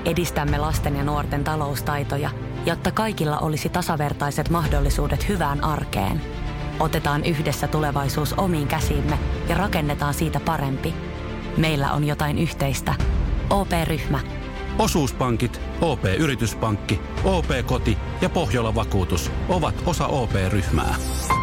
edistämme lasten ja nuorten taloustaitoja, jotta kaikilla olisi tasavertaiset mahdollisuudet hyvään arkeen. Otetaan yhdessä tulevaisuus omiin käsiimme ja rakennetaan siitä parempi. Meillä on jotain yhteistä. OP-ryhmä. Osuuspankit, OP-yrityspankki, OP-koti ja Pohjola-vakuutus ovat osa OP-ryhmää.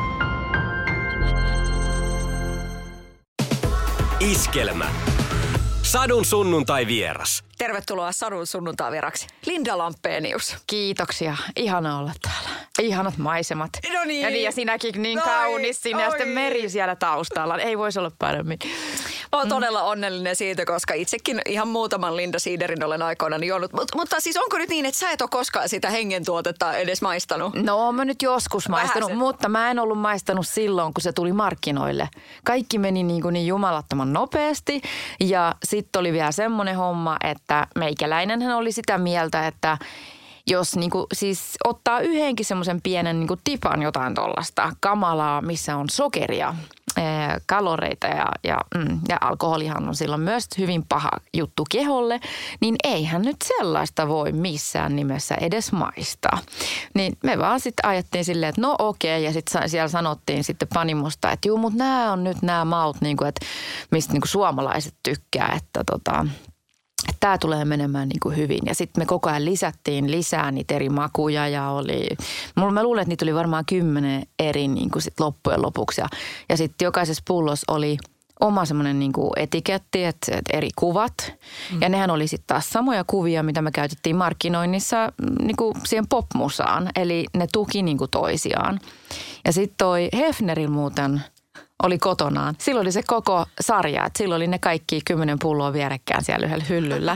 Iskelmä. Sadun sunnuntai vieras. Tervetuloa Sadun sunnuntai vieraksi. Linda Lampenius. Kiitoksia. Ihana olla täällä. Ihanat maisemat. No niin. Ja sinäkin niin kaunis sinne ja sitten meri siellä taustalla. Ei voisi olla paremmin. Olen todella onnellinen siitä, koska itsekin ihan muutaman Linda Siiderin olen aikoinaan juonut. Mutta siis onko nyt niin, että sä et ole koskaan sitä hengentuotetta edes maistanut? No mä nyt joskus maistanut, mutta mä en ollut maistanut silloin, kun se tuli markkinoille. Kaikki meni niin jumalattoman nopeasti ja sitten oli vielä semmoinen homma, että meikäläinenhän oli sitä mieltä, että jos siis ottaa yhdenkin semmoisen pienen tipan jotain tollasta kamalaa, missä on sokeria, kaloreita ja alkoholihan on silloin myös hyvin paha juttu keholle, niin eihän nyt sellaista voi missään nimessä edes maistaa. Niin me vaan sitten ajattiin silleen, että no okei, ja sitten siellä sanottiin sitten Panimosta, että juu, mutta nämä on nyt nämä maut, että mistä suomalaiset tykkää, että tämä tulee menemään hyvin. Ja sitten me koko ajan lisättiin lisää niitä eri makuja ja mä luulen, että niitä oli varmaan 10 eri sit loppujen lopuksi. Ja sitten jokaisessa pullossa oli oma semmoinen etiketti, että eri kuvat. Ja nehän oli sitten taas samoja kuvia, mitä me käytettiin markkinoinnissa siihen popmusaan. Eli ne tuki toisiaan. Ja sitten toi Hefneril muuten oli kotonaan. Silloin oli se koko sarja, että silloin oli ne kaikki 10 pulloa vierekkään siellä yhdellä hyllyllä.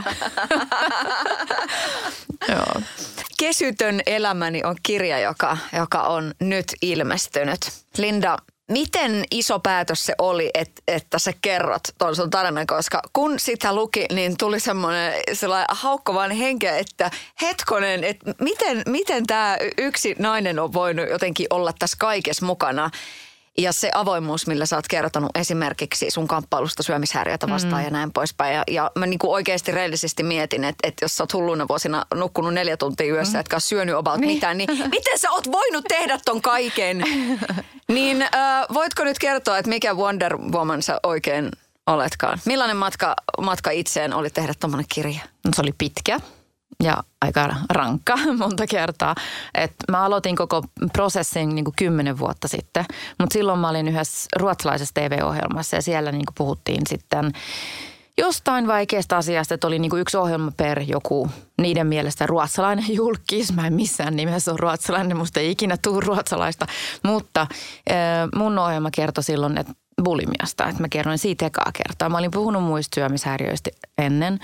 Joo. Kesytön elämäni on kirja, joka on nyt ilmestynyt. Linda, miten iso päätös se oli, että sä kerrot ton sun tarinan, koska kun sitä luki, niin tuli sellainen haukkovainen henkeä, että hetkonen, että miten tämä yksi nainen on voinut jotenkin olla tässä kaikessa mukana. Ja se avoimuus, millä sä oot kertonut esimerkiksi sun kamppailusta syömishäiriötä vastaan ja näin poispäin. Ja mä oikeasti reellisesti mietin, että jos sä oot hulluina vuosina nukkunut 4 tuntia yössä, etkä ole syönyt about mitään, niin miten sä oot voinut tehdä ton kaiken? Niin voitko nyt kertoa, että mikä Wonder Woman sä oikein oletkaan? Millainen matka itseen oli tehdä tommonen kirja? Se oli pitkä. Ja aika rankka monta kertaa. Mä aloitin koko prosessin 10 vuotta sitten, mutta silloin mä olin yhdessä ruotsalaisessa TV-ohjelmassa ja siellä puhuttiin sitten jostain vaikeasta asiasta, että oli yksi ohjelma per joku niiden mielestä ruotsalainen julkis. Mä en missään nimessä ole ruotsalainen, musta ei ikinä tule ruotsalaista, mutta mun ohjelma kertoi silloin, että bulimiasta, että mä kerroin siitä ekaa kertaa. Mä olin puhunut muista syömishäiriöistä ennen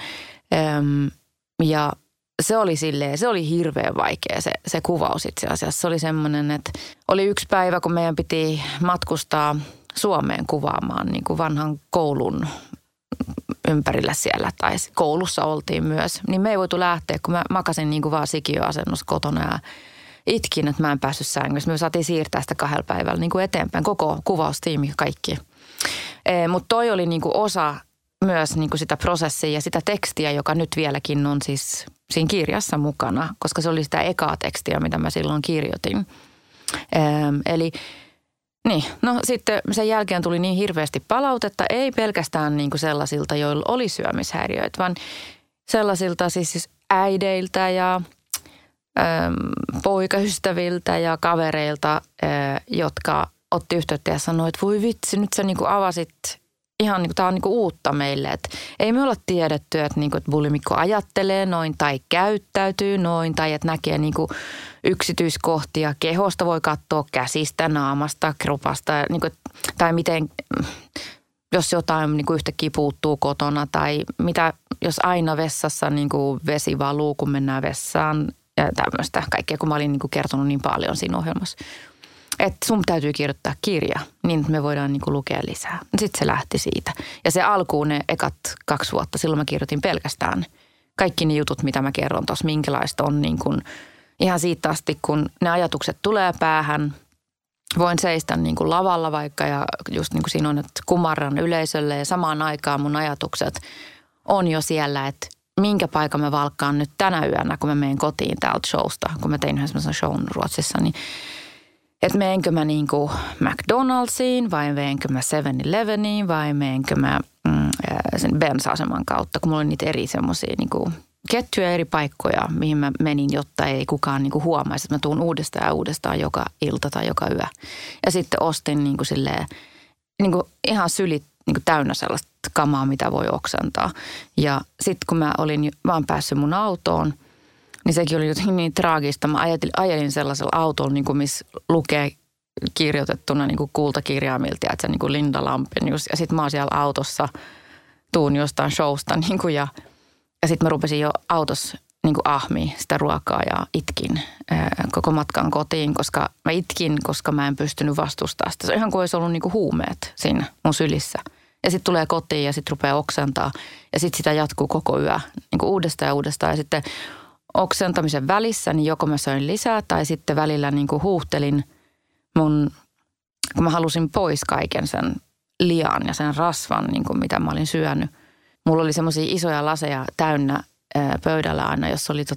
ja se oli hirveän vaikea se kuvaus itse asiassa. Se oli semmoinen, että oli yksi päivä, kun meidän piti matkustaa Suomeen kuvaamaan vanhan koulun ympärillä siellä. Tai koulussa oltiin myös. Niin me ei voitu lähteä, kun mä makasin vaan sikiöasennossa kotona ja itkin, että mä en päässyt sängyssä. Me saatiin siirtää sitä 2 päivällä eteenpäin. Koko kuvaustiimi kaikki. Mutta toi oli osa myös sitä prosessia ja sitä tekstiä, joka nyt vieläkin on siis siinä kirjassa mukana, koska se oli sitä ekaa tekstiä, mitä mä silloin kirjoitin. Eli niin, no sitten sen jälkeen tuli niin hirveästi palautetta, ei pelkästään sellaisilta, joilla oli syömishäiriöitä, vaan sellaisilta siis äideiltä ja poikaystäviltä ja kavereilta, jotka otti yhteyttä ja sanoi, että voi vitsi, nyt sä avasit ihan tämä on uutta meille, että ei me olla tiedetty, että bulimikko ajattelee noin tai käyttäytyy noin tai että näkee yksityiskohtia kehosta, voi katsoa käsistä, naamasta, kropasta tai miten, jos jotain yhtäkkiä puuttuu kotona tai mitä, jos aina vessassa vesi valuu, kun mennään vessaan ja tämmöistä kaikkea, kun mä olin kertonut niin paljon siinä ohjelmassa. Että sun täytyy kirjoittaa kirja, niin että me voidaan lukea lisää. Sitten se lähti siitä. Ja se alkuun ne ekat 2 vuotta, silloin mä kirjoitin pelkästään kaikki ne jutut, mitä mä kerron tuossa, minkälaista on ihan siitä asti, kun ne ajatukset tulee päähän. Voin seistä lavalla vaikka ja just siinä on, että kumarran yleisölle ja samaan aikaan mun ajatukset on jo siellä, että minkä paikan mä valkkaan nyt tänä yönä, kun mä menen kotiin täältä showsta, kun mä tein yhden semmoisen shown Ruotsissa, niin että meenkö mä niinku McDonald'siin vai meenkö mä 7-Eleveniin vai meenkö mä sen bensa-aseman kautta, kun mulla oli niitä eri semmoisia niinku ketjuja eri paikkoja, mihin mä menin, jotta ei kukaan niinku huomaisi, että mä tuun uudestaan ja uudestaan joka ilta tai joka yö. Ja sitten ostin niinku silleen, niinku ihan sylit niinku täynnä sellaista kamaa, mitä voi oksentaa. Ja sitten kun mä olin vaan päässyt mun autoon, niin sekin oli jotenkin niin traagista. Mä ajelin sellaisella autolla, niinku, missä lukee kirjoitettuna niinku kultakirjaimilta, että se niinku Linda Lampenius. Ja sitten mä oon siellä autossa, tuun jostain showsta niinku, ja sitten mä rupesin jo autossa niinku ahmii sitä ruokaa ja itkin koko matkan kotiin, koska mä itkin, koska mä en pystynyt vastustamaan sitä. Se on ihan kuin olisi ollut niinku huumeet siinä mun sylissä. Ja sitten tulee kotiin ja sitten rupeaa oksentaa ja sitten sitä jatkuu koko yö niinku uudestaan ja uudestaan. Ja sitten oksentamisen välissä niin joko mä söin lisää tai sitten välillä niinku huuhtelin kun mä halusin pois kaiken sen lian ja sen rasvan, niinku mitä mä olin syönyt. Mulla oli semmoisia isoja laseja täynnä pöydällä aina, jossa oli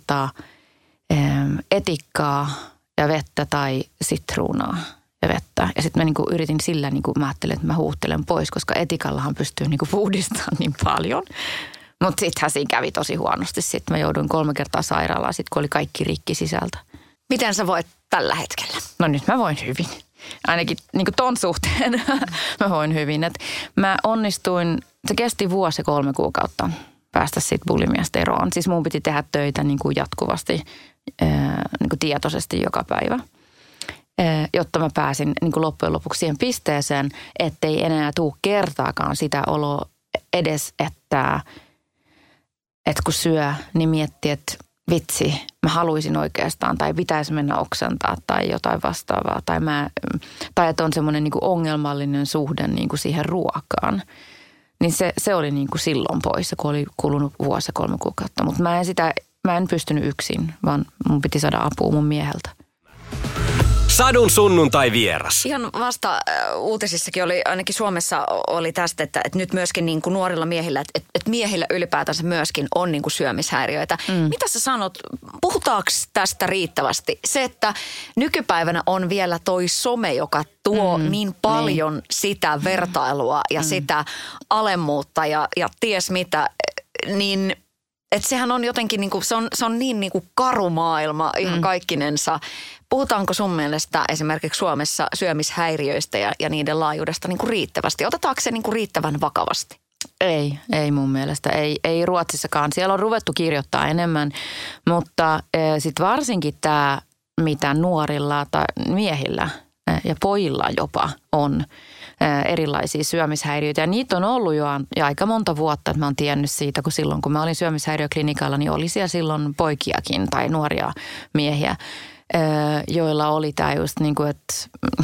etikkaa ja vettä tai sitruunaa ja vettä. Ja sitten mä niinku yritin sillä, mä ajattelin, että mä huuhtelen pois, koska etikallahan pystyy niinku puhdistamaan niin paljon. Mutta sittenhän siinä kävi tosi huonosti. Sitten mä jouduin 3 kertaa sairaalaan, sit kun oli kaikki rikki sisältä. Miten sä voit tällä hetkellä? No nyt mä voin hyvin. Ainakin niin kuin ton suhteen mä voin hyvin. Et mä onnistuin, se kesti 1 vuosi ja 3 kuukautta päästä siitä bulimiasta eroon. Siis mun piti tehdä töitä niin kuin jatkuvasti, niin kuin tietoisesti joka päivä, jotta mä pääsin niin kuin loppujen lopuksi siihen pisteeseen, ettei enää tule kertaakaan sitä oloa edes, että kun syö, niin miettii, että vitsi, mä haluaisin oikeastaan tai pitäisi mennä oksentaa tai jotain vastaavaa. Tai että on semmoinen niin kuin ongelmallinen suhde niin kuin siihen ruokaan. Niin se oli niin kuin silloin poissa, kun oli kulunut 1 vuosi ja 3 kuukautta. Mutta mä en pystynyt yksin, vaan mun piti saada apua mun mieheltä. Sadun sunnuntai vieras. Ihan vasta uutisissakin oli, ainakin Suomessa oli tästä, että nyt myöskin niin kuin nuorilla miehillä, että miehillä ylipäätänsä myöskin on niin kuin syömishäiriöitä. Mitä sä sanot, puhutaanko tästä riittävästi? Se, että nykypäivänä on vielä toi some, joka tuo niin paljon sitä vertailua ja sitä alemmuutta ja ties mitä, niin että sehän on jotenkin, niin kuin, se on niin, niin kuin karu maailma ihan kaikkinensa. Puhutaanko sun mielestä esimerkiksi Suomessa syömishäiriöistä ja niiden laajuudesta niin kuin riittävästi? Otetaanko se niin kuin riittävän vakavasti? Ei mun mielestä. Ei Ruotsissakaan. Siellä on ruvettu kirjoittaa enemmän, mutta sitten varsinkin tämä, mitä nuorilla tai miehillä ja pojilla jopa on erilaisia syömishäiriöitä. Ja niitä on ollut jo aika monta vuotta, että mä oon tiennyt siitä, kun silloin kun mä olin syömishäiriöklinikalla, niin oli siellä silloin poikiakin tai nuoria miehiä, joilla oli tämä just niin kuin, että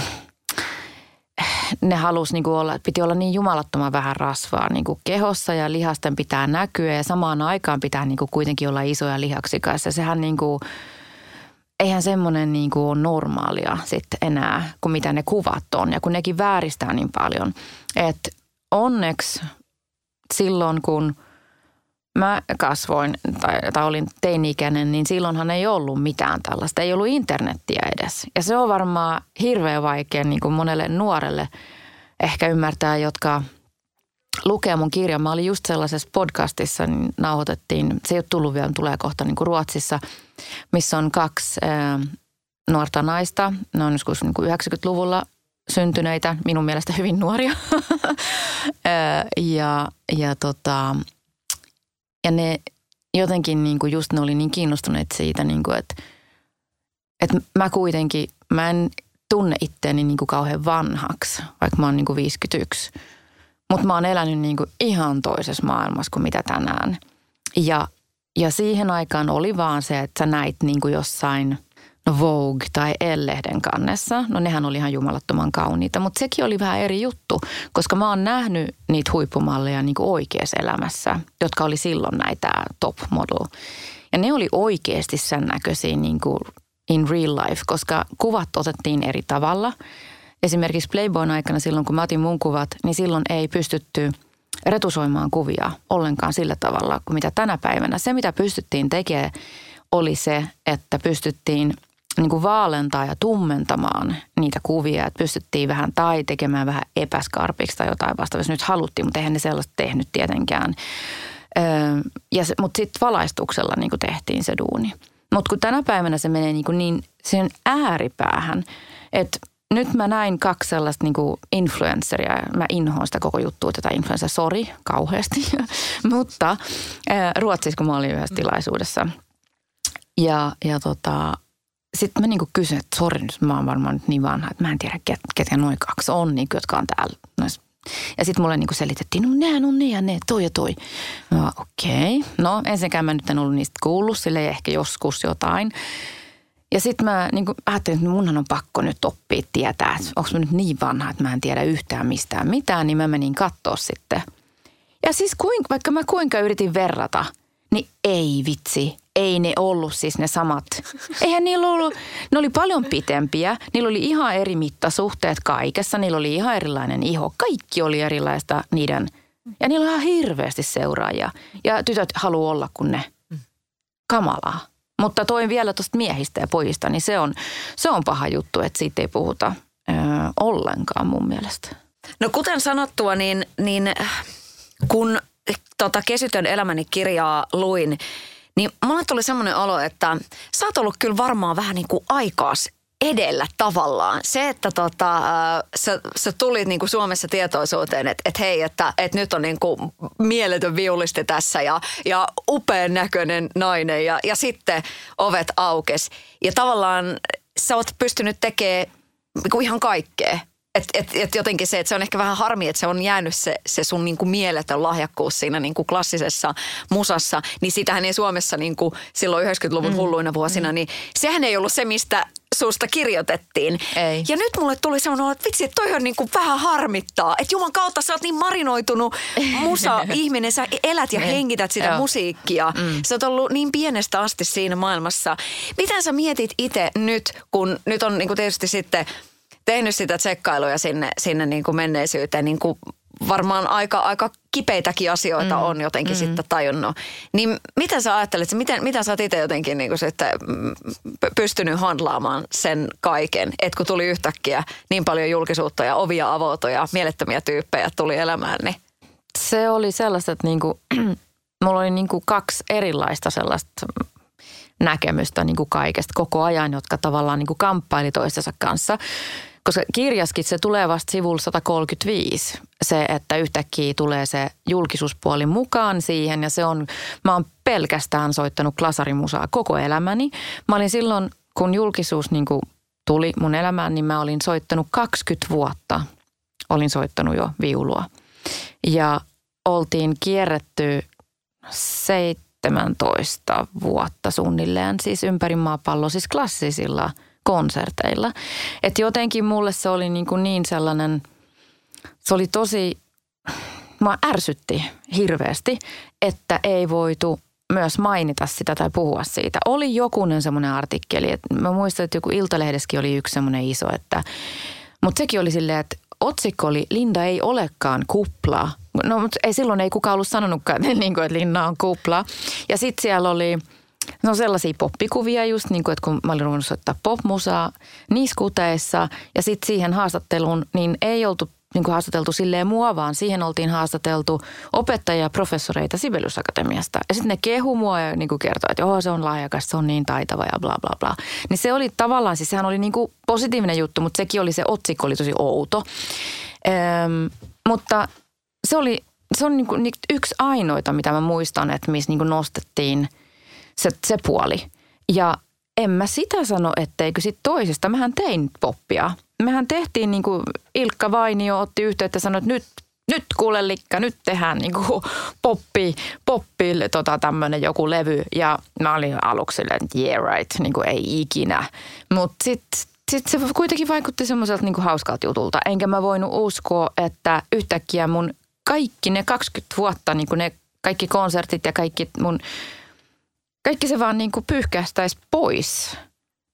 ne halusi niin kuin olla, piti olla niin jumalattoman vähän rasvaa niin kuin kehossa ja lihasten pitää näkyä ja samaan aikaan pitää niin kuin kuitenkin olla isoja lihaksikas. Ja sehän niin kuin, eihän semmoinen niin kuin ole normaalia sitten enää kuin mitä ne kuvat on ja kun nekin vääristää niin paljon. Että onneksi silloin kun mä kasvoin tai olin teini-ikäinen, niin silloinhan ei ollut mitään tällaista. Ei ollut internettiä edes. Ja se on varmaan hirveän vaikea niin kuin monelle nuorelle ehkä ymmärtää, jotka lukee mun kirjan. Mä olin just sellaisessa podcastissa, niin nauhoitettiin, se ei ole tullut vielä, tulee kohta niin kuin Ruotsissa, missä on 2 nuorta naista. Ne on joskus niin kuin 90-luvulla syntyneitä, minun mielestä hyvin nuoria. Ja ne jotenkin niin kuin just ne oli niin kiinnostuneet siitä, niin kuin, että mä en tunne itteeni niin kuin kauhean vanhaksi, vaikka mä oon niin kuin 51. Mutta mä oon elänyt niin kuin ihan toisessa maailmassa kuin mitä tänään. Ja siihen aikaan oli vaan se, että sä näit niin kuin jossain Vogue tai Elle-lehden kannessa. No nehän oli ihan jumalattoman kauniita, mutta sekin oli vähän eri juttu, koska mä oon nähnyt niitä huippumalleja niin kuin oikeassa elämässä, jotka oli silloin näitä top model. Ja ne oli oikeasti sen näköisiä niin kuin in real life, koska kuvat otettiin eri tavalla. Esimerkiksi Playboyn aikana silloin, kun mä otin mun kuvat, niin silloin ei pystytty retusoimaan kuvia ollenkaan sillä tavalla kuin mitä tänä päivänä. Se, mitä pystyttiin tekemään, oli se, että pystyttiin niin kuin vaalentaa ja tummentamaan niitä kuvia, että pystyttiin vähän tai tekemään vähän epäskarpiksi tai jotain vastaavaa, jos nyt haluttiin, mutta eihän ne sellaista tehnyt tietenkään. Mutta sitten valaistuksella niin kuin tehtiin se duuni. Mutta kun tänä päivänä se menee niin sen ääripäähän, että nyt mä näin 2 sellaista niin kuin influenceria, mä inhoan sitä koko juttua, tätä influenceria, sori, kauheasti, mutta Ruotsissa, kun mä olin yhdessä tilaisuudessa ja sitten mä niinku kysyin, että sori nyt mä oon varmaan nyt niin vanha, että mä en tiedä ketkä noin 2 on, niin jotka on täällä. Ja sitten mulle niinku selitettiin, no nehän on ne ja ne, toi ja toi. Okei. No ensinnäkään mä nyt en ollut niistä kuullut, sille ehkä joskus jotain. Ja sitten mä niinku ajattelin, että munhan on pakko nyt oppia tietää, että onko mä nyt niin vanha, että mä en tiedä yhtään mistään mitään, niin mä menin kattoo sitten. Ja siis vaikka mä kuinka yritin verrata, niin ei vitsi. Ei ne ollut siis ne samat. Eihän niillä ollut, ne oli paljon pitempiä, niillä oli ihan eri mittasuhteet kaikessa, niillä oli ihan erilainen iho. Kaikki oli erilaista niiden, ja niillä on ihan hirveästi seuraajia. Ja tytöt haluaa olla kuin ne. Kamalaa. Mutta toin vielä tuosta miehistä ja pojista, niin se on paha juttu, että siitä ei puhuta ollenkaan mun mielestä. No kuten sanottua, niin kun Kesytön elämäni kirjaa luin, niin mulle tuli semmoinen olo, että sä oot ollut kyllä varmaan vähän niin kuin aikaas edellä tavallaan. Se, että sä tulit niin kuin Suomessa tietoisuuteen, että hei, että nyt on niin kuin mieletön viulisti tässä ja upean näköinen nainen ja sitten ovet aukes. Ja tavallaan sä oot pystynyt tekemään niin kuin ihan kaikkea. Et jotenkin se, että se on ehkä vähän harmi, että se on jäänyt se sun niinku mieletön lahjakkuus siinä niinku klassisessa musassa, niin sitähän ei Suomessa niinku silloin 90-luvun hulluina vuosina, niin sehän ei ollut se, mistä susta kirjoitettiin. Ei. Ja nyt mulle tuli semmoinen, että vitsi, että toi on niinku vähän harmittaa, että Juman kautta sä oot niin marinoitunut musa-ihminen, sä elät ja hengität sitä musiikkia. Sä oot ollut niin pienestä asti siinä maailmassa. Mitä sä mietit itse nyt, kun nyt on niinku tietysti sitten tehnyt sitä tsekkailuja sinne niin kuin menneisyyteen, niin kuin varmaan aika kipeitäkin asioita on jotenkin sitten tajunnut. Niin mitä sä ajattelet, mitä sä oot itse jotenkin niin kuin sitten pystynyt handlaamaan sen kaiken, että kun tuli yhtäkkiä niin paljon julkisuutta ja ovia avoutui ja mielettömiä tyyppejä tuli elämään, niin? Se oli sellaista, että niinku, mulla oli niinku 2 erilaista sellaista näkemystä niinku kaikesta koko ajan, jotka tavallaan niinku kamppaili toistensa kanssa. Koska kirjaskin se tulee vasta sivulla 135, se, että yhtäkkiä tulee se julkisuuspuoli mukaan siihen ja se on, mä oon pelkästään soittanut klasarimusaa koko elämäni. Mä olin silloin, kun julkisuus niin kuin tuli mun elämään, niin mä olin soittanut 20 vuotta, olin soittanut jo viulua. Ja oltiin kierretty 17 vuotta suunnilleen, siis ympäri maapalloa, siis klassisilla konserteilla. Että jotenkin mulle se oli niin sellainen, se oli tosi, mua ärsytti hirveästi, että ei voitu myös mainita sitä tai puhua siitä. Oli jokunen semmoinen artikkeli, että mä muistan, että joku Iltalehdessäkin oli yksi semmoinen iso, mutta sekin oli silleen, että otsikko oli Linda ei olekaan kupla. No mutta silloin ei kukaan ollut sanonutkaan, että Linda on kupla. Ja sitten siellä oli sellaisia poppikuvia just, niin kuin, että kun mä olin ruvennut soittaa popmusaa niiskuteissa ja sitten siihen haastatteluun, niin ei oltu niin kuin haastateltu silleen mua, vaan siihen oltiin haastateltu opettajia ja professoreita Sibelius Akatemiasta. Ja sitten ne kehu mua ja niin kuin kertoi, että se on lahjakas, se on niin taitava ja bla bla bla. Niin se oli tavallaan, siis sehän oli niin kuin positiivinen juttu, mutta sekin oli, se otsikko oli tosi outo. Mutta se on niin kuin yksi ainoita, mitä mä muistan, että missä niin kuin nostettiin se puoli. Ja en mä sitä sano, etteikö sit toisesta. Mähän tein poppia. Mehän tehtiin niin kuin Ilkka Vainio otti yhteyttä ja sanoi, että nyt kuule Likka, nyt tehdään niin kuin poppi tämmöinen joku levy. Ja mä olin aluksi silleen, että yeah right, niin kuin ei ikinä. Mutta sitten se kuitenkin vaikutti semmoiselta niin kuin hauskalta jutulta. Enkä mä voinut uskoa, että yhtäkkiä mun kaikki ne 20 vuotta, niin kuin ne kaikki konsertit ja kaikki se vaan niin kuin pyyhkäistäisi pois.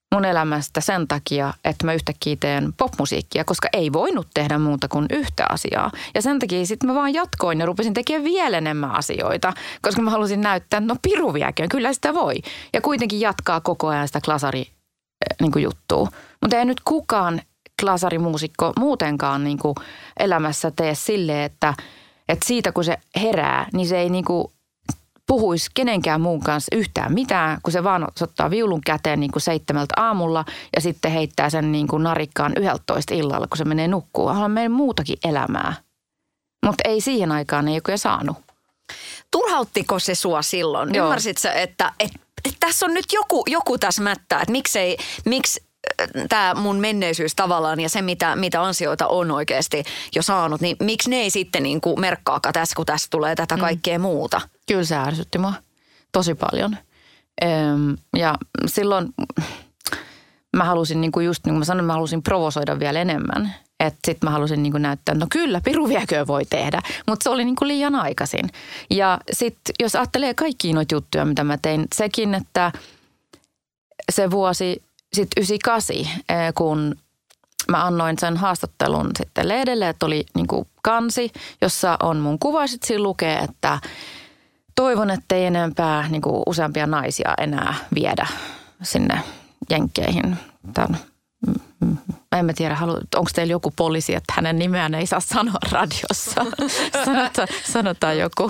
mun elämästä sen takia, että mä yhtäkkiä teen popmusiikkia, koska ei voinut tehdä muuta kuin yhtä asiaa. Ja sen takia sitten mä vaan jatkoin ja rupesin tekemään vielä enemmän asioita, koska mä halusin näyttää, että no piru vieköön, kyllä sitä voi. Ja kuitenkin jatkaa koko ajan sitä klasari-juttua. Mutta ei nyt kukaan klasarimuusikko muutenkaan niin kuin elämässä tee silleen, että siitä kun se herää, niin se ei niin kuin puhuisi kenenkään muun kanssa yhtään mitään, kun se vaan ottaa viulun käteen niin kuin 7 aamulla ja sitten heittää sen niin kuin narikkaan 11 illalla, kun se menee nukkuun. Haluan meidän muutakin elämää. Mutta ei siihen aikaan ei joku saanut. Turhauttiko se sua silloin? Joo. Ymmärsit sä, että tässä on nyt joku tässä mättää, että miksi tämä mun menneisyys tavallaan ja se, mitä ansioita on oikeasti jo saanut, niin miksi ne ei sitten niin kuin merkkaakaan tässä, kun tässä tulee tätä kaikkea muuta? Kyllä se ärsytti mua tosi paljon. Ja silloin mä halusin, niin kuin just niin kuin mä sanoin, mä halusin provosoida vielä enemmän. Että sit mä halusin niin kuin näyttää, että no kyllä, piru vieköön voi tehdä, mutta se oli niin kuin liian aikaisin. Ja sitten jos ajattelee kaikkia noita juttuja, mitä mä tein, sekin, että se vuosi sitten 98, kun mä annoin sen haastattelun sitten lehdelle, että oli niin kuin kansi, jossa on mun kuva. Sitten siinä lukee, että toivon, ettei enempää niin kuin useampia naisia enää viedä sinne jenkkeihin. En mä tiedä, onko teillä joku poliisi, että hänen nimeään ei saa sanoa radiossa. Sanotaan joku.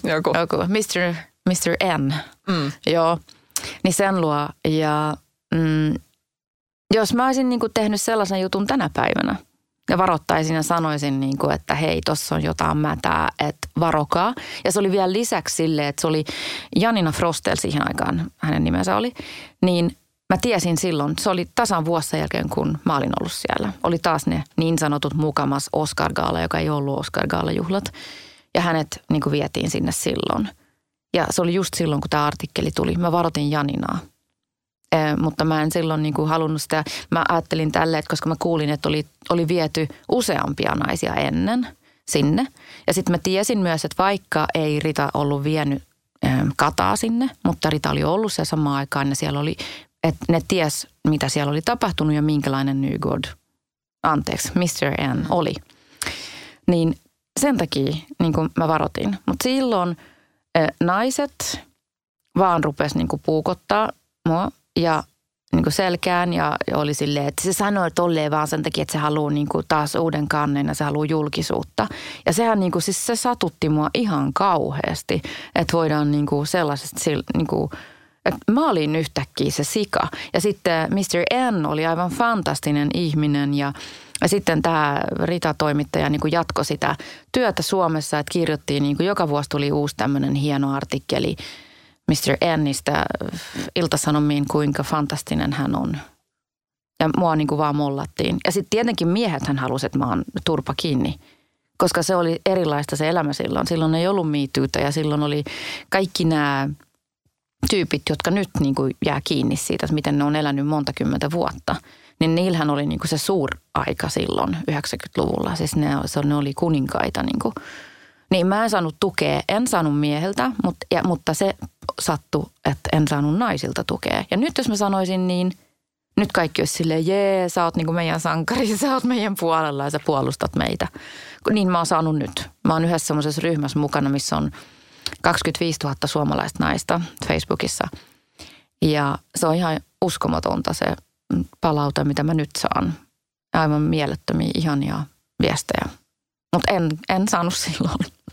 Mr. N. Joo, niin sen luo. Ja jos mä olisin niin kuin tehnyt sellaisen jutun tänä päivänä ja varoittaisin ja sanoisin, niin kuin, että hei, tossa on jotain mätää, että varokaa. Ja se oli vielä lisäksi silleen, että se oli Janina Frostel siihen aikaan, hänen nimensä oli, niin mä tiesin silloin, se oli tasan vuosi sen jälkeen, kun mä olin ollut siellä. Oli taas ne niin sanotut mukamas Oscar-gaala, joka ei ollut Oscar-gaala-juhlat. Ja hänet niin kuin vietiin sinne silloin. Ja se oli just silloin, kun tämä artikkeli tuli. Mä varoitin Janinaa. Mutta mä en silloin niin kuin halunnut sitä. Mä ajattelin tälleen, että koska mä kuulin, että oli viety useampia naisia ennen sinne. Ja sitten mä tiesin myös, että vaikka ei Rita ollut vienyt Kataa sinne, mutta Rita oli ollut se samaan aikaan ja siellä oli, että ne ties, mitä siellä oli tapahtunut ja minkälainen Mr. N oli. Niin sen takia niin kuin mä varoitin. Mutta silloin naiset vaan rupesi niin kuin puukottaa mua ja niin kuin selkään ja oli silleen, että se sanoi tolleen vaan sen takia, että se haluaa niin kuin taas uuden kannen ja se haluaa julkisuutta. Ja sehän niin kuin, siis se satutti mua ihan kauheasti, että voidaan niin kuin sellaisesta, niin kuin, että mä olin yhtäkkiä se sika. Ja sitten Mr. N oli aivan fantastinen ihminen ja sitten tämä Rita-toimittaja niin kuin jatkoi sitä työtä Suomessa, että kirjoittiin niin kuin joka vuosi tuli uusi tämmöinen hieno artikkeli Mr. Nistä Ilta-Sanomiin, kuinka fantastinen hän on. Ja mua niin kuin vaan mollattiin. Ja sitten tietenkin miehethän halusivat, että mä oon turpa kiinni, koska se oli erilaista se elämä silloin. Silloin ei ollut MeToota ja silloin oli kaikki nämä tyypit, jotka nyt niin kuin jää kiinni siitä, että miten ne on elänyt monta kymmentä vuotta. Niin niillähän oli niin kuin se suuraika silloin 90-luvulla. Siis ne oli kuninkaita niin kuin. Niin mä en saanut tukea, en saanut mieheltä, mutta se sattui, että en saanut naisilta tukea. Ja nyt jos mä sanoisin niin, nyt kaikki olisi silleen, jee, sä oot niinku meidän sankari, sä oot meidän puolella ja sä puolustat meitä. Niin mä oon saanut nyt. Mä oon yhdessä semmoisessa ryhmässä mukana, missä on 25 000 suomalaista naista Facebookissa. Ja se on ihan uskomatonta se palaute, mitä mä nyt saan. Aivan mielettömiä, ihania viestejä. Mutta en saanut silloin.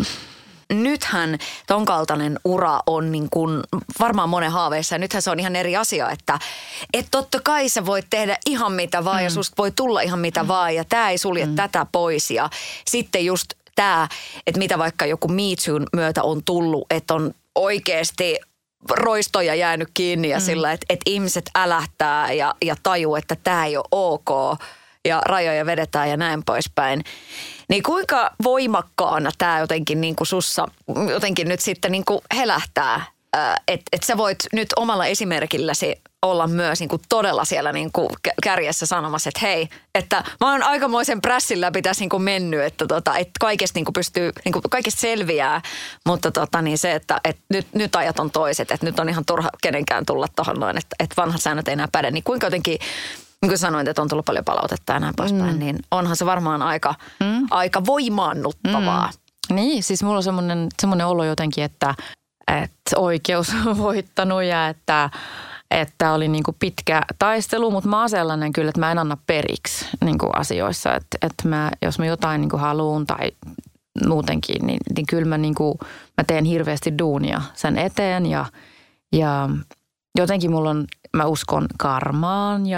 Nythän ton kaltainen ura on niin kuin varmaan monen haaveissa ja nythän se on ihan eri asia, että totta kai sä voit tehdä ihan mitä vaan ja susta voi tulla ihan mitä vaan ja tää ei sulje tätä pois ja sitten just tää, että mitä vaikka joku Me Toon myötä on tullut, että on oikeasti roistoja jäänyt kiinni ja sillä, että ihmiset älähtää ja tajuu, että tää ei ole ok ja rajoja vedetään ja näin poispäin. Niin kuinka voimakkaana tämä jotenkin niin kuin sussa jotenkin nyt sitten niin kuin helähtää, että sä voit nyt omalla esimerkilläsi olla myös niin kuin todella siellä niin kuin kärjessä sanomassa, että hei, että mä oon aikamoisen prässin läpi tässä niin kuin mennyt, että kaikesta niin kuin pystyy, niin kuin kaikesta selviää, mutta niin se, että nyt ajat on toiset, että nyt on ihan turha kenenkään tulla tuohon noin, että vanhat säännöt ei enää päde, niin kuinka jotenkin, niin kuin sanoin, että on tullut paljon palautetta ja näin poispäin, niin onhan se varmaan aika voimaannuttavaa. Niin, siis mulla on semmoinen olo jotenkin, että oikeus on voittanut ja että oli niin kuin pitkä taistelu, mutta mä oon sellainen kyllä, että mä en anna periksi niin kuin asioissa. Että jos mä jotain niin kuin haluun tai muutenkin, niin kyllä mä teen hirveästi duunia sen eteen ja jotenkin mä uskon karmaan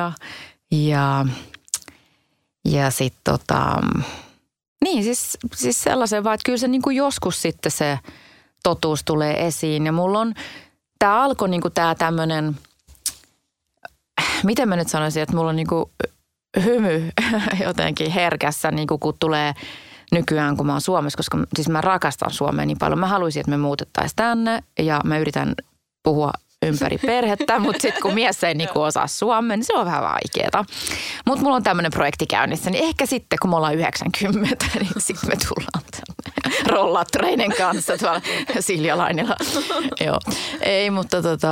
ja sitten niin siis sellaisen vaan, että kyllä se niin kuin joskus sitten se totuus tulee esiin ja mulla on, tää alkoi niin kuin tää tämmönen, miten mä nyt sanoisin, että mulla on niin kuin hymy jotenkin herkässä, niin kuin kun tulee nykyään, kun mä oon Suomessa, koska siis mä rakastan Suomea niin paljon. Mä haluaisin, että me muutettaisiin tänne ja mä yritän puhua ympäri perhettä, mutta sitten kun mies ei niinku osaa suomea, niin se on vähän vaikeaa. Mutta mulla on tämmöinen projekti käynnissä, niin ehkä sitten kun me ollaan 90, niin sitten me tullaan tänne rollatreinen kanssa tuolla Siljalainilla. Joo, ei, mutta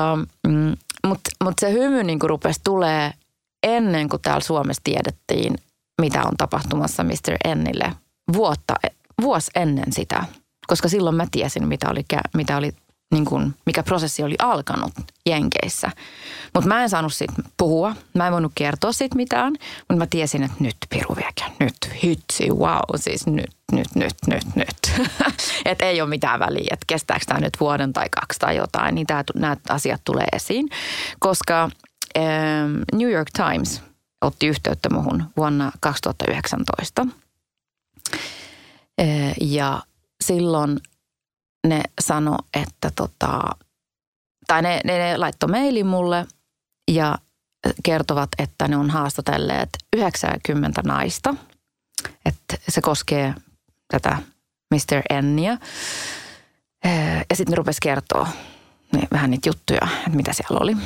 se hymy niinku rupesi tulee ennen kuin täällä Suomessa tiedettiin, mitä on tapahtumassa Mr. Nille vuosi ennen sitä. Koska silloin mä tiesin, mitä oli niin kuin, mikä prosessi oli alkanut Jenkeissä. Mutta mä en saanut siitä puhua. Mä en voinut kertoa siitä mitään. Mutta mä tiesin, että nyt piru viekään. Nyt hitsi, wow. Siis nyt. Että ei ole mitään väliä, että kestääkö tämä nyt vuoden tai 2 tai jotain. Niin nämä asiat tulee esiin. Koska New York Times otti yhteyttä muhun vuonna 2019. Ja silloin ne sanoi, että ne laittoi mailin mulle ja kertovat, että ne on haastatelleet 90 naista. Että se koskee tätä Mr. Nniä. Ja sitten ne rupesi kertoa vähän niitä juttuja, että mitä siellä oli.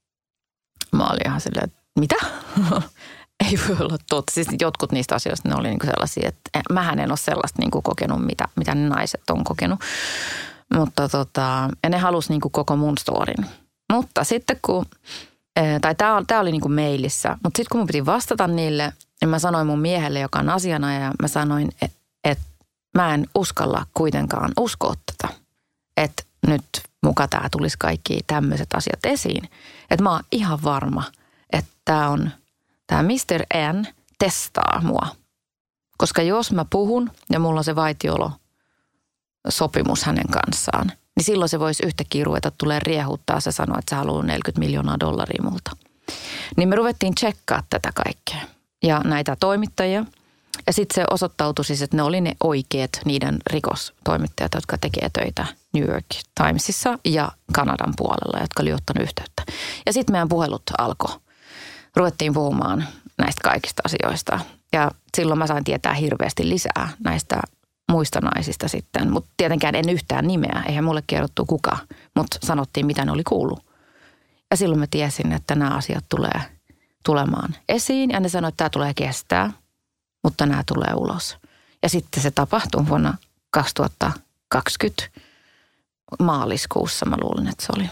Mä olin ihan silleen, että mitä? Ei voi olla totta. Siis jotkut niistä asioista ne oli niinku sellaisia, että mähän en ole sellaista niinku kokenut, mitä ne naiset on kokenut. Mutta ja ne halusi niinku koko mun storin. Mutta sitten kun, tai tää oli niinku mailissä, mutta sitten kun mun piti vastata niille, niin mä sanoin mun miehelle, joka on asianajaja, ja mä sanoin, että mä en uskalla kuitenkaan uskoa tätä. Että nyt muka tää tulisi kaikki tämmöiset asiat esiin. Että mä oon ihan varma, että tämä Mr. N testaa mua. Koska jos mä puhun ja mulla on se vaitiolo-sopimus hänen kanssaan, niin silloin se voisi yhtäkkiä ruveta tulee riehuttaa. Se sanoo, että se haluaa $40 miljoonaa multa. Niin me ruvettiin tsekkaa tätä kaikkea ja näitä toimittajia. Ja sitten se osoittautui siis, että ne oli ne oikeat niiden rikostoimittajat, jotka tekee töitä New York Timesissa ja Kanadan puolella, jotka oli ottanut yhteyttä. Ja sitten meidän puhelut alkoi. Ruvettiin puhumaan näistä kaikista asioista ja silloin mä sain tietää hirveästi lisää näistä muista naisista sitten. Mutta tietenkään en yhtään nimeä, eihän mulle kerrottu kuka, mutta sanottiin mitä ne oli kuullut. Ja silloin mä tiesin, että nämä asiat tulee tulemaan esiin ja ne sanoi, että tämä tulee kestää, mutta nämä tulee ulos. Ja sitten se tapahtui vuonna 2020 maaliskuussa, mä luulen, että se oli.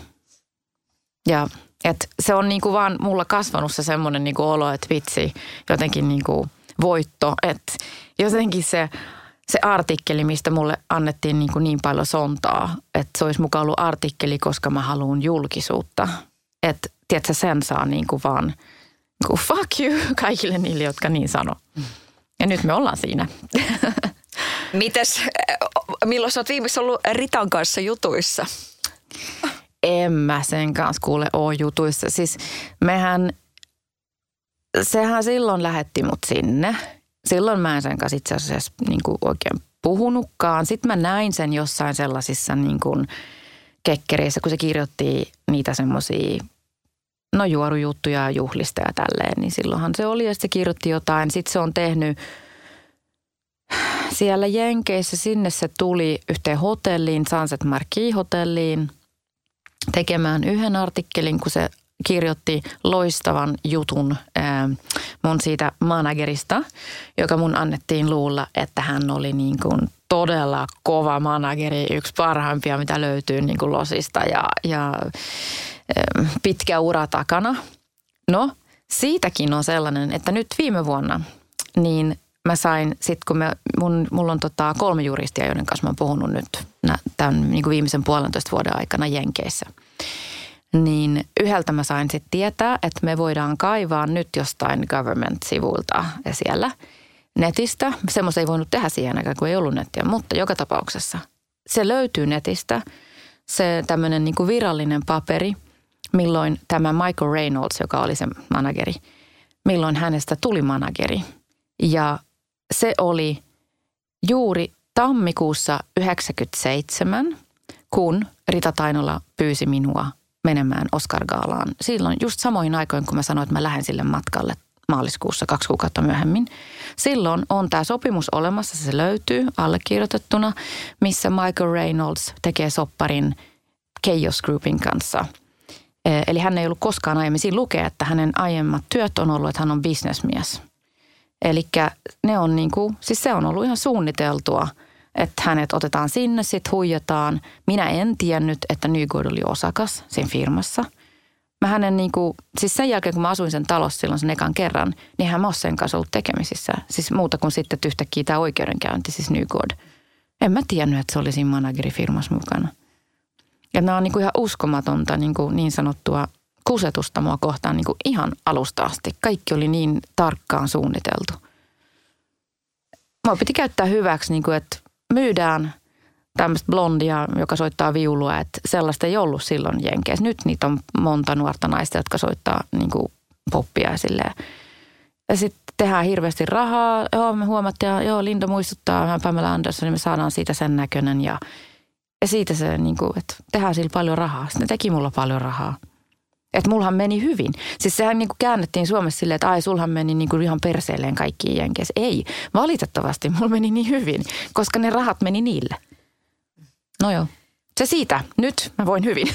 Ja että se on niinku vaan mulla kasvanut se semmoinen niinku olo, että vitsi, jotenkin niinku voitto. Että jotenkin se artikkeli, mistä mulle annettiin niin paljon sontaa, että se olisi mukaan ollut artikkeli, koska mä haluan julkisuutta. Että tiedätkö, sen saa niinku vaan niinku fuck you kaikille niille, jotka niin sanoo. Ja nyt me ollaan siinä. Milloin sä oot viimeksi ollut Ritan kanssa jutuissa? En mä sen kanssa kuule oo jutuissa. Siis sehän silloin lähetti mut sinne. Silloin mä en sen kanssa itse asiassa niinku oikein puhunutkaan. Sitten mä näin sen jossain sellaisissa niinku kekkereissä, kun se kirjoitti niitä semmosia juorujuttuja juhlista ja tälleen. Niin silloinhan se oli ja sitten se kirjoitti jotain. Sitten se on tehnyt siellä Jenkeissä, sinne se tuli yhteen hotelliin, Sunset Marquis hotelliin, tekemään yhden artikkelin, kun se kirjoitti loistavan jutun mun siitä managerista, joka mun annettiin luulla, että hän oli niin kuin todella kova manageri, yksi parhaimpia, mitä löytyy niin kuin Losista ja pitkä ura takana. No, siitäkin on sellainen, että nyt viime vuonna niin mä sain, sit kun mulla on 3 juristia, joiden kanssa mä oon puhunut nyt tämän niin kuin viimeisen 1,5 vuoden aikana Jenkeissä. Niin yhdeltä mä sain sitten tietää, että me voidaan kaivaa nyt jostain government-sivuilta siellä netistä. Semmoista ei voinut tehdä siihen aikaan, kun ei ollut nettiä, mutta joka tapauksessa se löytyy netistä. Se tämmöinen niin kuin virallinen paperi, milloin tämä Michael Reynolds, joka oli se manageri, milloin hänestä tuli manageri. Ja se oli juuri tammikuussa 1997, kun Rita Tainola pyysi minua menemään Oscar-gaalaan. Silloin just samoihin aikoihin, kun mä sanoin, että mä lähden sille matkalle maaliskuussa 2 kuukautta myöhemmin. Silloin on tämä sopimus olemassa, se löytyy allekirjoitettuna, missä Michael Reynolds tekee sopparin Chaos Groupin kanssa. Eli hän ei ollut koskaan aiemmin. Siinä lukee, että hänen aiemmat työt on ollut, että hän on bisnesmies. Eli ne on niinku, siis se on ollut ihan suunniteltua, että hänet otetaan sinne, sitten huijataan. Minä en tiennyt, että Nygård oli osakas siinä firmassa. Mä hänen niinku, siis sen jälkeen kun mä asuin sen talossa silloin sen ekan kerran, niin hän mä oon sen kanssa ollut tekemisissä. Siis muuta kuin sitten yhtäkkiä tämä oikeudenkäynti, siis Nygård. En mä tiennyt, että se oli siinä managerifirmassa mukana. Ja nämä on niinku ihan uskomatonta niin sanottua kusetusta mua kohtaan niinku ihan alusta asti. Kaikki oli niin tarkkaan suunniteltu. Mua piti käyttää hyväksi, niinku, että myydään tämmöistä blondia, joka soittaa viulua, että sellaista ei ollut silloin Jenkeissä. Nyt niitä on monta nuorta naista, jotka soittaa niinku poppia ja silleen. Ja sitten tehdään hirveästi rahaa. Joo, me huomattiin, joo, Linda muistuttaa Pamela Anderson, niin me saadaan siitä sen näköinen. Ja siitä se, niinku, että tehdään sillä paljon rahaa. Sitten ne teki mulla paljon rahaa. Että mullahan meni hyvin. Siis sehän niinku käännettiin Suomessa silleen, että ai sulhan meni niinku ihan perseelleen kaikkiin Jenkeissä. Ei, valitettavasti mulla meni niin hyvin, koska ne rahat meni niille. No joo, se siitä. Nyt mä voin hyvin.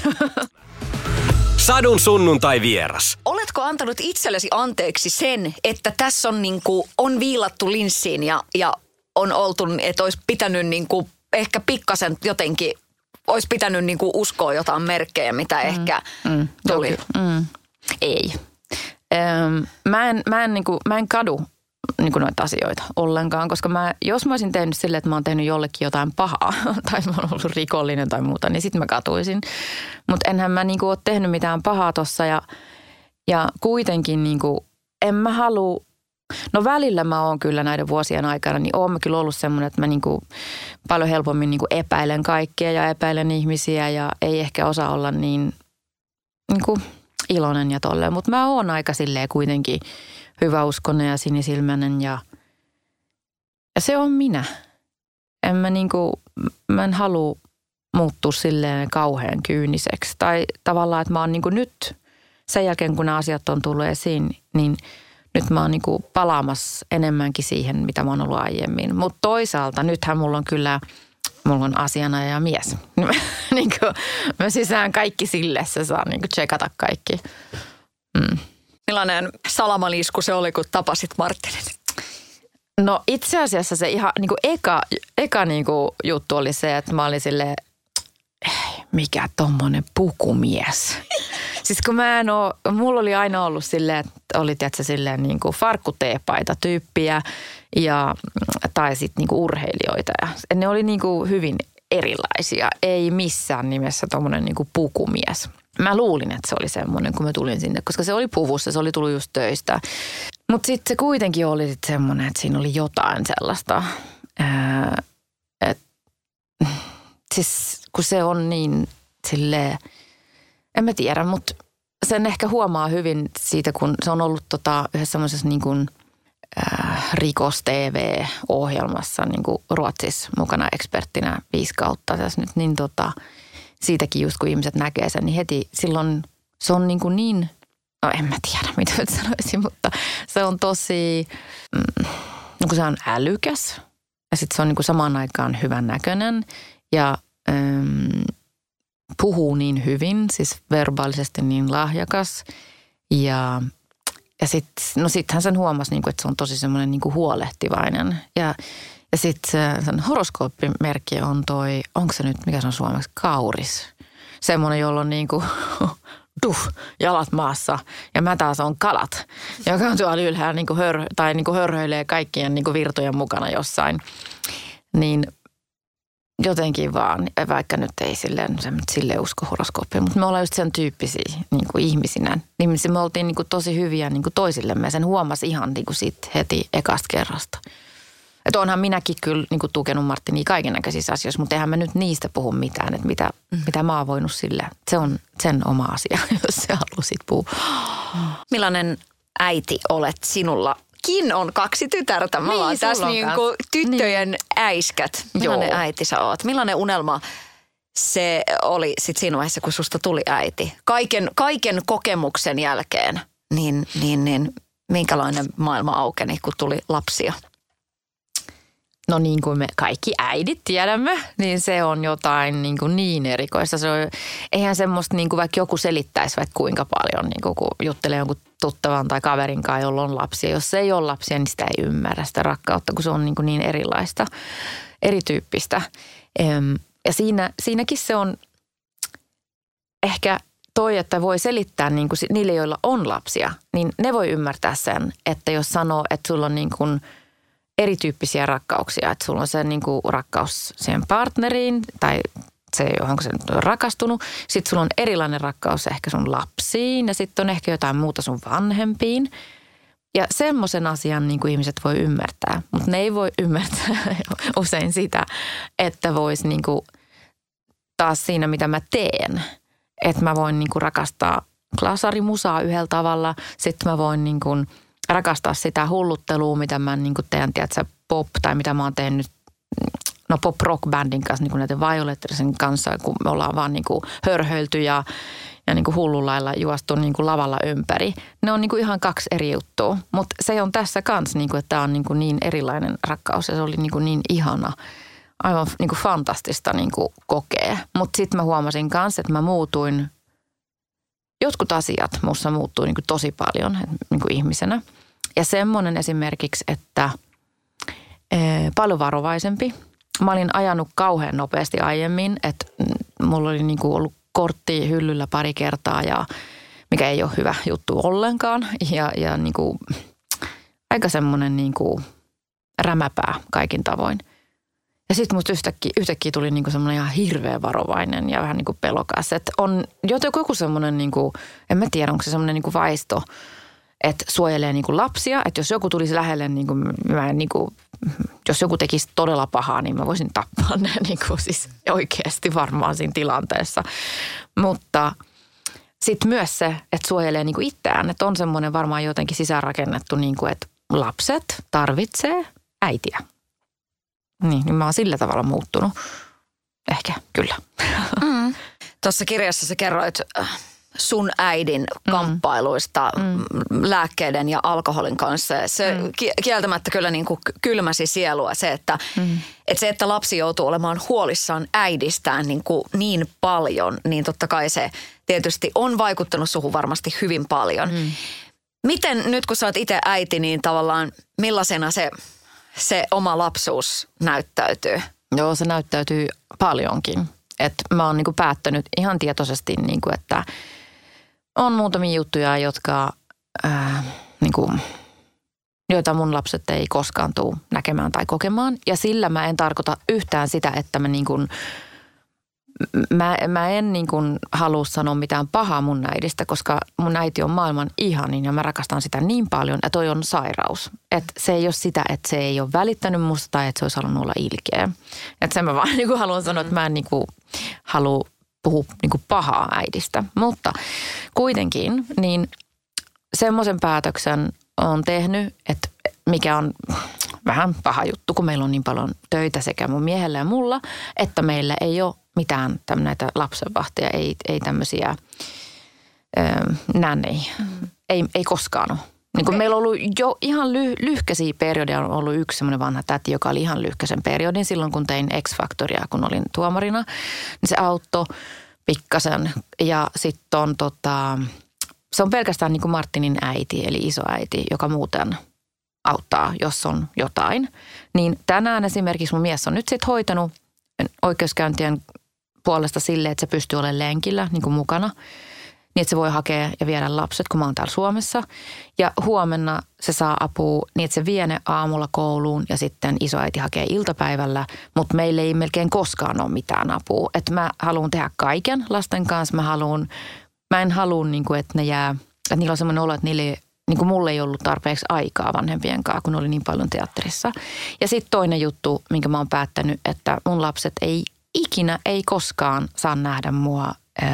Sadun sunnuntai vieras. Oletko antanut itsellesi anteeksi sen, että tässä on, on viilattu linssiin ja on oltu, että olisi pitänyt ehkä pikkasen jotenkin, olisi pitänyt uskoa jotain merkkejä, mitä ehkä tuli? Ei. Mä en kadu noita asioita ollenkaan, koska jos mä olisin tehnyt silleen, että mä oon tehnyt jollekin jotain pahaa tai mä oon ollut rikollinen tai muuta, niin sitten mä katuisin. Mutta enhän mä ole tehnyt mitään pahaa tossa ja kuitenkin en mä halua, no välillä mä oon kyllä näiden vuosien aikana, niin oon mä kyllä ollut semmoinen, että mä paljon helpommin epäilen kaikkea ja epäilen ihmisiä ja ei ehkä osaa olla niin iloinen ja tolleen, mutta mä oon aika silleen kuitenkin hyväuskonen ja sinisilmäinen ja se on minä. Mä en halua muuttua silleen kauhean kyyniseksi. Tai tavallaan, että mä oon nyt sen jälkeen, kun nämä asiat on tullut esiin, niin nyt mä oon palaamassa enemmänkin siihen, mitä mä oon ollut aiemmin. Mutta toisaalta nythän mulla on asianajaja mies. Mä sisään kaikki sille, se saa tsekata kaikki. Millainen salamalisku se oli, kun tapasit Martinin? No itse asiassa se ihan eka juttu oli se, että mä olin silleen, mikä tommonen pukumies. Siis kun mulla oli aina ollut silleen, että oli tietysti silleen farkkuteepaita tyyppiä tai sitten urheilijoita. Ja ne oli hyvin erilaisia, ei missään nimessä tommonen pukumies. Mä luulin, että se oli semmoinen, kun mä tulin sinne, koska se oli puvussa, se oli tullut just töistä. Mutta sitten se kuitenkin oli sit semmoinen, että siinä oli jotain sellaista. Siis kun se on niin silleen, en mä tiedä, mutta sen ehkä huomaa hyvin siitä, kun se on ollut yhdessä semmoisessa rikos-TV-ohjelmassa Ruotsissa mukana eksperttinä 5 kautta tässä nyt, niin siitäkin just kun ihmiset näkee sen, niin heti silloin se on niin, no en mä tiedä mitä nyt sanoisin, mutta se on tosi, kun se on älykäs ja sitten se on samaan aikaan hyvän näköinen ja puhuu niin hyvin, siis verbaalisesti niin lahjakas. Ja sittenhän sen huomasi, niin kuin, että se on tosi semmoinen niin kuin huolehtivainen. Ja sitten sen horoskooppimerkki on onko se nyt, mikä se on suomeksi, kauris. Semmoinen, jolla on niin kuin jalat maassa ja mä taas on kalat, joka on tuolla ylhäällä niin kuin hörhöilee kaikkien niin kuin virtojen mukana jossain. Niin jotenkin vaan, vaikka nyt ei silleen usko horoskooppia, mutta me ollaan just sen tyyppisiä niin kuin ihmisinä. Ihmisiä me oltiin niin kuin tosi hyviä niin kuin toisillemme. Sen huomasi ihan niin kuin sit heti ekasta kerrasta. Että onhan minäkin kyllä niin kuin tukenut Martinia kaikennäköisissä asioissa, mutta eihän mä nyt niistä puhu mitään, että mitä mä oon voinut sille. Se on sen oma asia, jos se halusit puhua. Millainen äiti olet sinulla? On 2 tytärtä. Me ollaan tässä niinku tyttöjen äiskät. Millainen äiti sä oot? Millainen unelma se oli sit siinä vaiheessa, kun susta tuli äiti? Kaiken kokemuksen jälkeen, niin minkälainen maailma aukeni, kun tuli lapsia? No niin kuin me kaikki äidit tiedämme, niin se on jotain niin erikoista. Se on, eihän semmoista, niin kuin vaikka joku selittäisi vaikka kuinka paljon, niin kuin kun juttelee jonkun tuttavan tai kaverin kanssa, jolla on lapsia. Jos se ei ole lapsia, niin sitä ei ymmärrä sitä rakkautta, kun se on niin erilaista, erityyppistä. Ja siinäkin se on ehkä että voi selittää niin kuin niille, joilla on lapsia, niin ne voi ymmärtää sen, että jos sanoo, että sulla on niin kuin erityyppisiä rakkauksia, että sulla on se niin kuin rakkaus siihen partneriin tai se, johon se nyt on rakastunut. Sitten sulla on erilainen rakkaus ehkä sun lapsiin ja sitten on ehkä jotain muuta sun vanhempiin. Ja semmoisen asian niin kuin ihmiset voi ymmärtää, mutta ne ei voi ymmärtää usein sitä, että voisi niin kuin taas siinä, mitä mä teen. Että mä voin niin kuin rakastaa glasarimusaa yhdellä tavalla, sitten mä voin niin kuin rakastaa sitä hulluttelua, mitä mä niin kuin teen, tiedätkö, pop tai mitä mä oon tehnyt, pop-rock-bändin kanssa, niin kuin näiden Violettersin kanssa, kun me ollaan vaan niin kuin hörhöilty ja niin kuin hullulailla juostu niin kuin lavalla ympäri. Ne on niin kuin ihan 2 eri juttua, mutta se on tässä kanssa, niin kuin, että tämä on niin erilainen rakkaus ja se oli niin ihana, aivan niin kuin fantastista niin kuin kokea. Mutta sitten mä huomasin kanssa, että mä muutuin, jotkut asiat musta muuttui niin kuin tosi paljon niin kuin ihmisenä. Ja semmoinen esimerkiksi, että paljon varovaisempi. Mä olin ajanut kauhean nopeasti aiemmin, että mulla oli niin kuin ollut kortti hyllyllä pari kertaa, ja mikä ei ole hyvä juttu ollenkaan. Ja niin kuin, aika semmoinen niin kuin rämäpää kaikin tavoin. Ja sitten musta yhtäkkiä tuli niinku semmoinen ihan hirveän varovainen ja vähän niinku pelokas. Että on joku semmoinen, niinku, en mä tiedä, onko se semmoinen niinku vaisto, että suojelee niinku lapsia. Että jos joku tulisi lähelle, jos joku tekisi todella pahaa, niin mä voisin tappaa ne niinku, siis oikeasti varmaan siinä tilanteessa. Mutta sitten myös se, että suojelee niinku itseään. Että on semmoinen varmaan jotenkin sisäänrakennettu, niinku, että lapset tarvitsee äitiä. Niin mä oon sillä tavalla muuttunut. Ehkä, kyllä. Tuossa kirjassa sä kerroit sun äidin kamppailuista lääkkeiden ja alkoholin kanssa. Se kieltämättä kyllä niin kuin kylmäsi sielua se, että että lapsi joutuu olemaan huolissaan äidistään niin paljon, niin totta kai se tietysti on vaikuttanut suhun varmasti hyvin paljon. Miten nyt kun sä oot itse äiti, niin tavallaan millaisena se oma lapsuus näyttäytyy? Joo, se näyttäytyy paljonkin. Että mä oon niinku päättänyt ihan tietoisesti, niinku, että on muutamia juttuja, joita mun lapset ei koskaan tule näkemään tai kokemaan. Ja sillä mä en tarkoita yhtään sitä, että mä en halua sanoa mitään pahaa mun äidistä, koska mun äiti on maailman ihanin ja mä rakastan sitä niin paljon, ja toi on sairaus. Että se ei ole sitä, että se ei ole välittänyt musta tai että se olisi halunnut olla ilkeä. Että sen mä vaan haluan sanoa, että mä en halua puhua pahaa äidistä. Mutta kuitenkin niin semmoisen päätöksen on tehnyt, että mikä on vähän paha juttu, kun meillä on niin paljon töitä sekä mun miehellä ja mulla, että meillä ei ole mitään näitä lapsenvahteja, ei tämmöisiä nännejä. Ei koskaan ole. Niin kuin meillä on ollut jo ihan lyhkäisiä periodeja, on ollut yksi semmoinen vanha täti, joka oli ihan lyhkäisen periodin silloin, kun tein X-Factoria, kun olin tuomarina. Niin se auttoi pikkasen. Ja sitten on se on pelkästään niin kuin Martinin äiti, eli isoäiti, joka muuten auttaa, jos on jotain. Niin tänään esimerkiksi mun mies on nyt sitten hoitanut oikeuskäyntien puolesta silleen, että se pystyy olemaan lenkillä niin kuin mukana. Niin, että se voi hakea ja viedä lapset, kun mä oon täällä Suomessa. Ja huomenna se saa apua niin, että se vie ne aamulla kouluun ja sitten isoäiti hakee iltapäivällä. Mutta meillä ei melkein koskaan ole mitään apua. Että mä haluan tehdä kaiken lasten kanssa. Mä en halua, niin kuin, että ne jää, että niillä on semmoinen olo, että niin kuin mulla ei ollut tarpeeksi aikaa vanhempien kanssa, kun oli niin paljon teatterissa. Ja sitten toinen juttu, minkä mä oon päättänyt, että mun lapset ei koskaan saa nähdä mua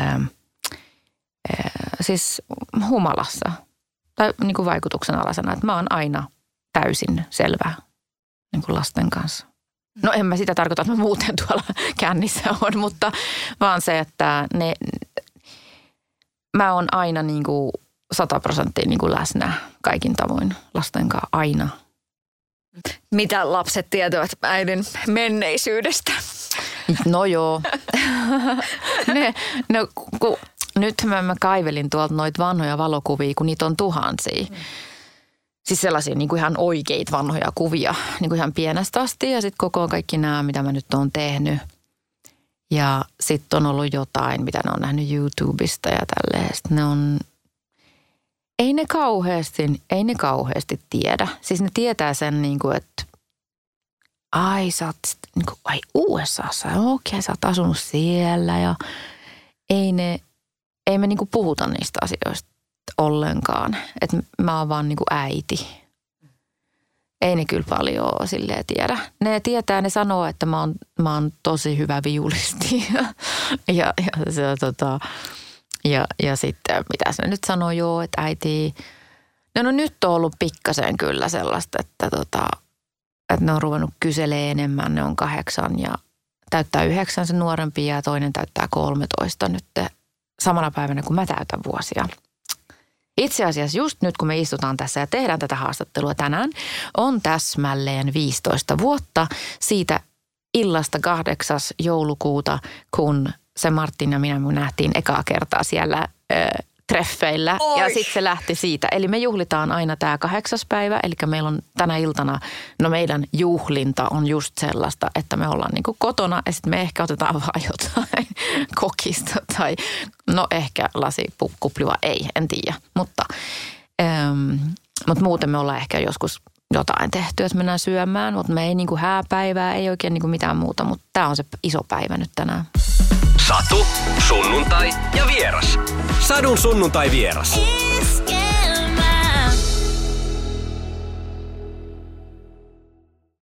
siis humalassa tai niin kuin vaikutuksen alasena. Että mä oon aina täysin selvä niin kuin lasten kanssa. No en mä sitä tarkoita, että mä muuten tuolla kännissä on, mutta vaan se, että mä oon aina niin kuin 100% niin kuin läsnä kaikin tavoin lasten kanssa aina. Mitä lapset tietävät äidin menneisyydestä? No joo. Nyt mä kaivelin tuolta noita vanhoja valokuvia, kun niitä on tuhansia. Siis sellaisia niin kuin ihan oikeita vanhoja kuvia, niin kuin ihan pienestä asti. Ja sitten koko kaikki nämä, mitä mä nyt oon tehnyt. Ja sitten on ollut jotain, mitä ne on nähnyt YouTubesta ja tälleen. Ei ne kauheasti tiedä. Siis ne tietää sen niin kuin, että sä oot niin kuin, USAssa, okei, sä oot asunut siellä ja ei me niin kuin puhuta niistä asioista ollenkaan. Että mä oon vaan niin kuin äiti. Ei ne kyllä paljon silleen tiedä. Ne tietää, ne sanoo, että mä oon tosi hyvä viulisti. Ja sitten, mitä se nyt sanoo, että äiti, no nyt on ollut pikkasen kyllä sellaista, että ne on ruvennut kyselemään enemmän. Ne on 8 ja täyttää 9 se nuorempi ja toinen täyttää 13 nyt samana päivänä, kun mä täytän vuosia. Itse asiassa just nyt, kun me istutaan tässä ja tehdään tätä haastattelua tänään, on täsmälleen 15 vuotta siitä illasta 8. joulukuuta, kun se Martin ja minä nähtiin ekaa kertaa siellä treffeillä. Oi. Ja sitten se lähti siitä. Eli me juhlitaan aina tämä 8. päivä, eli meillä on tänä iltana, meidän juhlinta on just sellaista, että me ollaan niinku kotona ja sitten me ehkä otetaan vaan jotain kokista tai ehkä lasikupliva, en tiedä. Mutta muuten me ollaan ehkä joskus jotain tehty, että mennään syömään, mutta me ei niinku hääpäivää, ei oikein niinku mitään muuta, mutta tämä on se iso päivä nyt tänään. Satu, sunnuntai ja vieras. Sadun sunnuntai vieras.